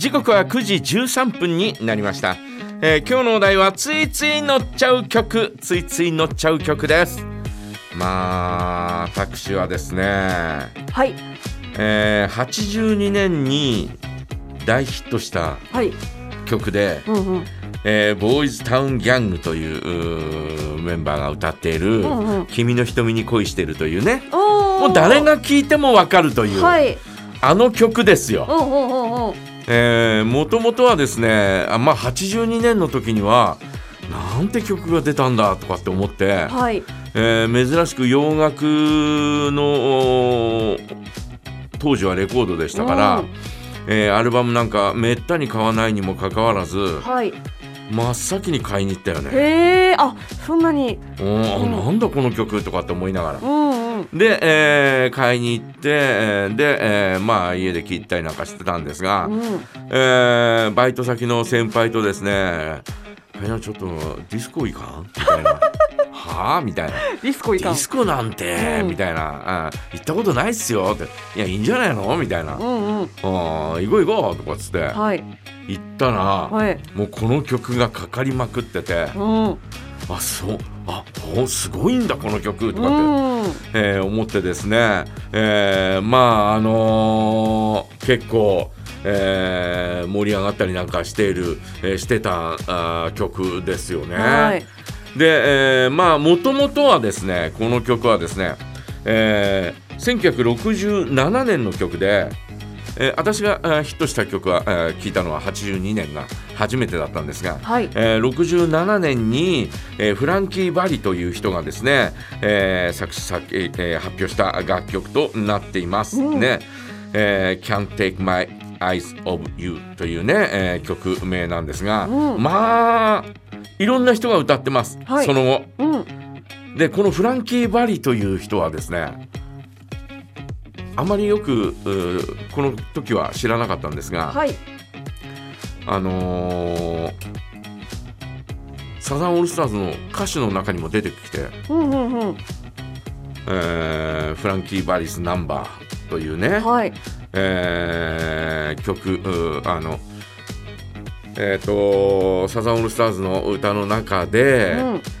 時刻は9時13分になりました。今日のお題はついつい乗っちゃう曲、ついつい乗っちゃう曲です。私はですね、 はい、 82年に大ヒットした曲で、ボーイズタウンギャングというメンバーが歌っている、君の瞳に恋してるというね、もう誰が聴いてもわかるという、あの曲ですよ。もともとはですね、82年の時にはなんて曲が出たんだとかって思って、珍しく洋楽の当時はレコードでしたから、アルバムなんかめったに買わないにもかかわらず、真っ先に買いに行ったよね。 そんなに、 なんだこの曲とかって思いながら、で、買いに行って、で、家で聴いたりなんかしてたんですが、バイト先の先輩とですね、ちょっとディスコ行かんみたいなはぁみたいな、 ディスコ行かん、 ディスコなんて、みたいな、行ったことないっすよって、いやいいんじゃないのみたいな、行こう行こうとかっつって、行ったら、もうこの曲がかかりまくってて、すごいんだこの曲とかって、思ってですね、結構、盛り上がったりなんかしてた曲ですよね。で、もともとはですね、この曲はですね、1967年の曲で、私がヒットした曲は聴いたのは82年が初めてだったんですが、67年に、フランキー・バリという人がですね、発表した楽曲となっていますね。Can't Take My Eyes Off You というね、曲名なんですが、いろんな人が歌ってます、その後、でこのフランキー・バリという人はですね、あまりよくこの時は知らなかったんですが、サザンオールスターズの歌手の中にも出てきて、フランキー・バリス・ナンバーというね、曲、サザンオールスターズの歌の中で、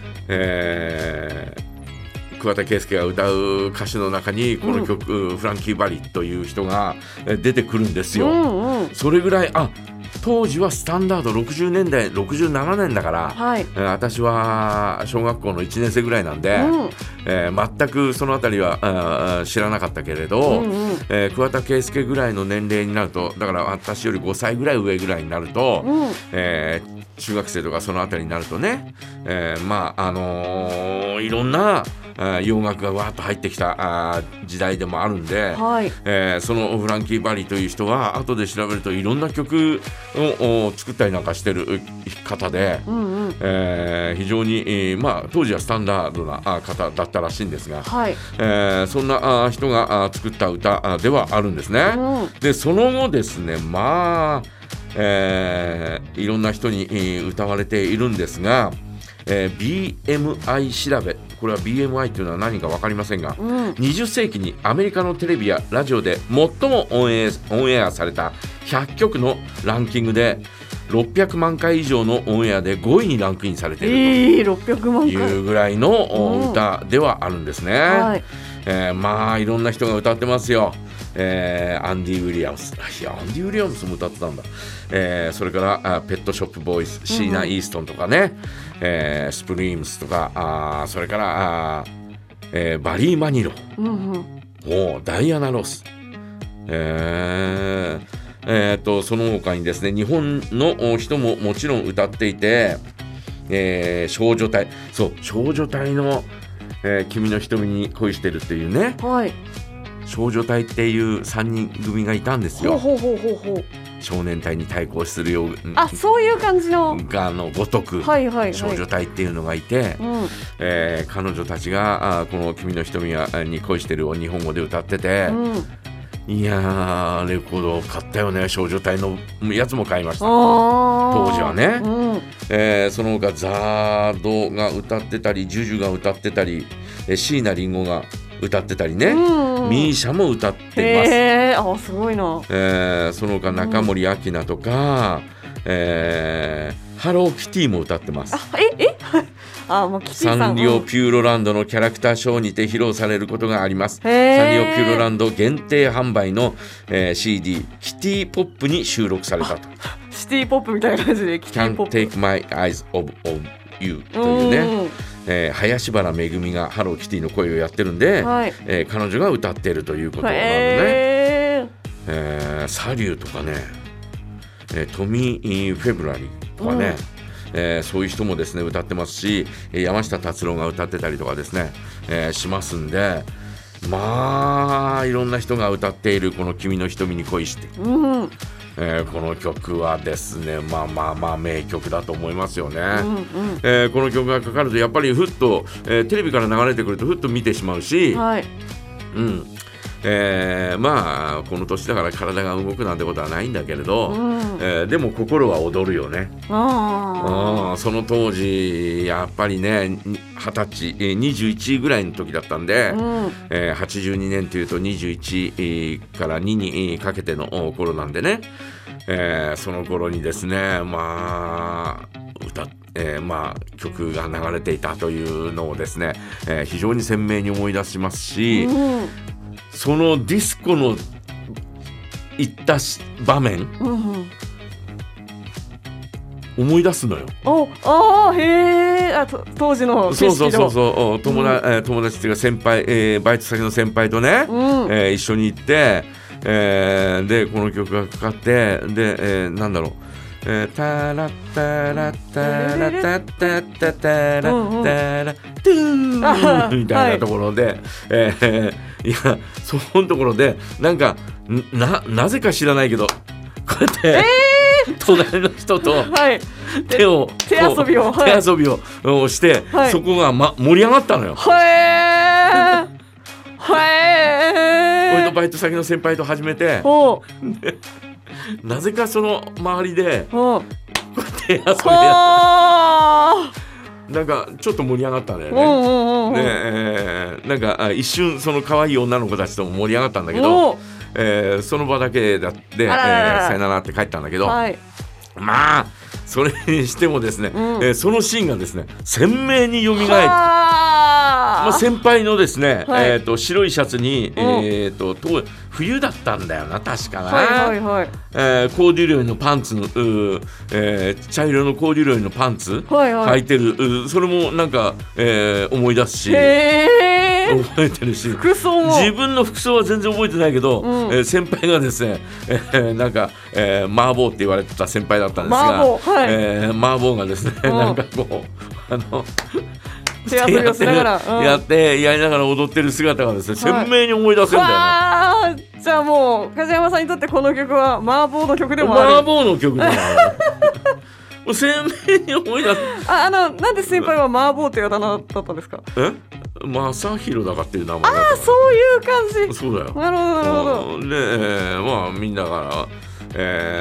桑田佳祐が歌う歌詞の中にこの曲、フランキー・バリという人が出てくるんですよ。それぐらい当時はスタンダード60年代67年だから、私は小学校の1年生ぐらいなんで、全くそのあたりは知らなかったけれど、桑田佳祐ぐらいの年齢になると、だから私より5歳ぐらい上ぐらいになると、中学生とかそのあたりになるとね、いろんな洋楽がわーっと入ってきた時代でもあるんで、そのフランキー・バリという人は後で調べるといろんな曲を作ったりなんかしてる方で、非常に、当時はスタンダードな方だったらしいんですが、そんな人が作った歌ではあるんですね。でその後ですね、いろんな人に歌われているんですが、BMI 調べ、これは BMI というのは何か分かりませんが、20世紀にアメリカのテレビやラジオで最もオンエアされた100曲のランキングで600万回以上のオンエアで5位にランクインされているというぐらいの歌ではあるんですね。いろんな人が歌ってますよ。アンディ・ウィリアムス、アンディ・ウィリアムスも歌ってたんだ。それからペットショップボーイズ、シーナ・イーストンとかね、スプリームスとか、それからバリー・マニロン、ダイアナ・ロス、その他にですね、日本の人ももちろん歌っていて、少女隊の、君の瞳に恋してるっていうね、少女隊っていう3人組がいたんですよ。少年隊に対抗するようそういう感じのごとく、少女隊っていうのがいて、彼女たちがこの君の瞳に恋してるを日本語で歌ってて、いやー、レコード買ったよね。少女隊のやつも買いました、当時はね。その他ザードが歌ってたり、ジュジュが歌ってたり、椎名林檎が歌ってたりね、 うん、 ミーシャも歌ってます。 へー、あ、すごいな。 その他中森明菜とか、ハローキティも歌ってます。 もうキティさん、 サンリオピューロランドのキャラクターショーにて披露されることがあります。サンリオピューロランド限定販売の、CD キティポップに収録されたと。 シティポップみたいな感じでキティ Can't ポップ。 take my eyes off you というね、林原めぐみがハローキティの声をやってるんで、 はい、 彼女が歌っているということなのへね。サリューとかね、トミー・フェブラリーとかね、そういう人もですね歌ってますし、山下達郎が歌ってたりとかですね、しますんで、まあいろんな人が歌っているこの君の瞳に恋して、 ー、うん、 この曲はですねまあ名曲だと思いますよね。 うんうん、 この曲がかかるとやっぱりふっと、テレビから流れてくるとふっと見てしまうし、 はい、 まあこの年だから体が動くなんてことはないんだけれど、でも心は踊るよね。その当時やっぱりね20歳、21ぐらいの時だったんで、82年というと21から2にかけての頃なんでね、その頃にですね曲が流れていたというのをですね、非常に鮮明に思い出しますし、そのディスコの行った場面、思い出すのよ。 へー、当時の景色のそう友達っていうか先輩、バイト先の先輩とね、一緒に行って、でこの曲がかかってで、なんだろう、タラッタラッタラタッタッタタラッタラトゥーみたいなところで、いやそのところでなんかなぜか知らないけどこうやって、隣の人と手遊びをして、そこが、盛り上がったのよ。俺とバイト先の先輩と始めて、なぜかその周りでこうやって遊びでなんかちょっと盛り上がったんだよね。なんか一瞬その可愛い女の子たちとも盛り上がったんだけど、その場だけだって、さよならって帰ったんだけど、まあそれにしてもですね、そのシーンがですね鮮明に蘇って、先輩のですね、白いシャツに、冬だったんだよな確かな、コーデュロイのパンツの、茶色のコーデュロイのパンツ、履いてる、それもなんか、思い出すし覚えてるし、自分の服装は全然覚えてないけど、先輩がですね、なんか、麻婆って言われてた先輩だったんですが、麻婆がですね、なんかこう手遊びをしながらやりながら踊ってる姿がですね、鮮明に思い出せるんだよね。 じゃあもう梶山さんにとってこの曲は麻婆の曲でもある。 麻婆の曲でもある。鮮明に思い出す。 なんで先輩は麻婆っていうあだ名だったんですか？ 正弘だかっていう名前だった。 そういう感じ。そうだよ。なるほど。 で、みんなから、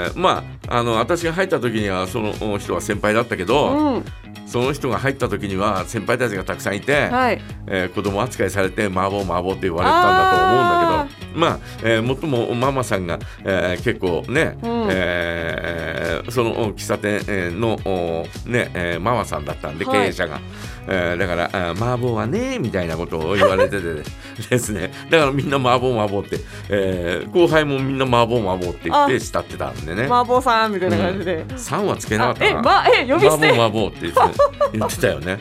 私が入った時にはその人は先輩だったけど、その人が入った時には先輩たちがたくさんいて、子供扱いされて麻婆って言われてたんだと思うんだけど、もっともママさんが、結構ね、その喫茶店の、ママさんだったんで、経営者が、だから麻婆はねみたいなことを言われててですね、だからみんな麻婆って、後輩もみんな麻婆って言って慕ってたんでね、 麻婆さんみたいな感じで、 さんはつけなかったな。 呼び捨て麻婆って言ってたよね。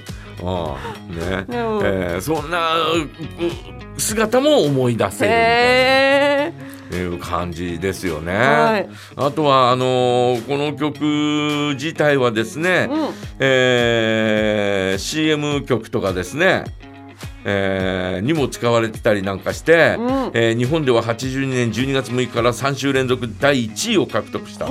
そんな姿も思い出せるみたいないう感じですよね。あとはこの曲自体はですね、CM 曲とかですね、にも使われてたりなんかして、日本では82年12月6日から3週連続第1位を獲得した。だ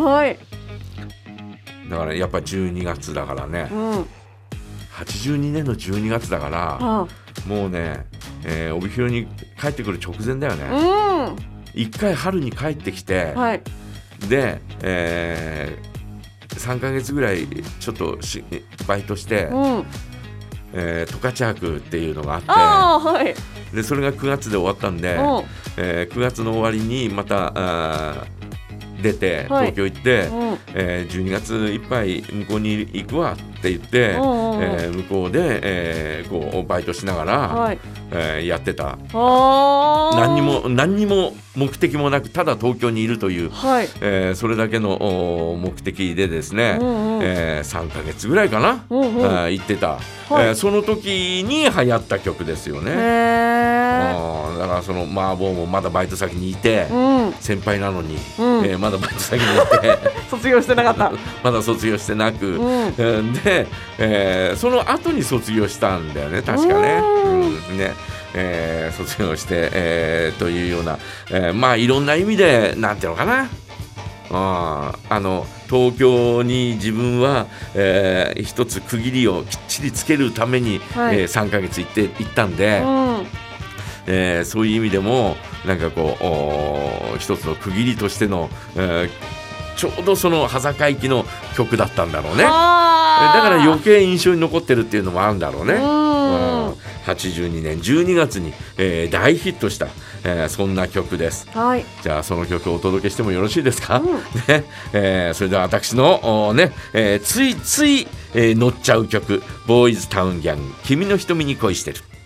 からやっぱ12月だからね、82年の12月だから、もうね、帯広に帰ってくる直前だよね。一回春に帰ってきて、で、3ヶ月ぐらいちょっとバイトして、十勝博っていうのがあって、 でそれが9月で終わったんで、9月の終わりにまた出て東京行って、12月いっぱい向こうに行くわって言って、向こうで、こうバイトしながら、やってた。何にも目的もなくただ東京にいるという、それだけの目的でですね、3ヶ月ぐらいかな、行ってた、その時に流行った曲ですよね。だからその麻婆もまだバイト先にいて、先輩なのに、まだバイト先にいて卒業してなかったまだ卒業してなく、で、その後に卒業したんだよね確かね。卒業して、というような、まあいろんな意味でなんていうのかな、東京に自分は、一つ区切りをきっちりつけるために、3ヶ月行ったんで、そういう意味でもなんかこう一つの区切りとしての、ちょうどその端境期の曲だったんだろうね。だから余計印象に残ってるっていうのもあるんだろうね。82年12月に、大ヒットした、そんな曲です。じゃあその曲をお届けしてもよろしいですか。それでは私の、ついつい、乗っちゃう曲、ボーイズタウンギャング、君の瞳に恋してる。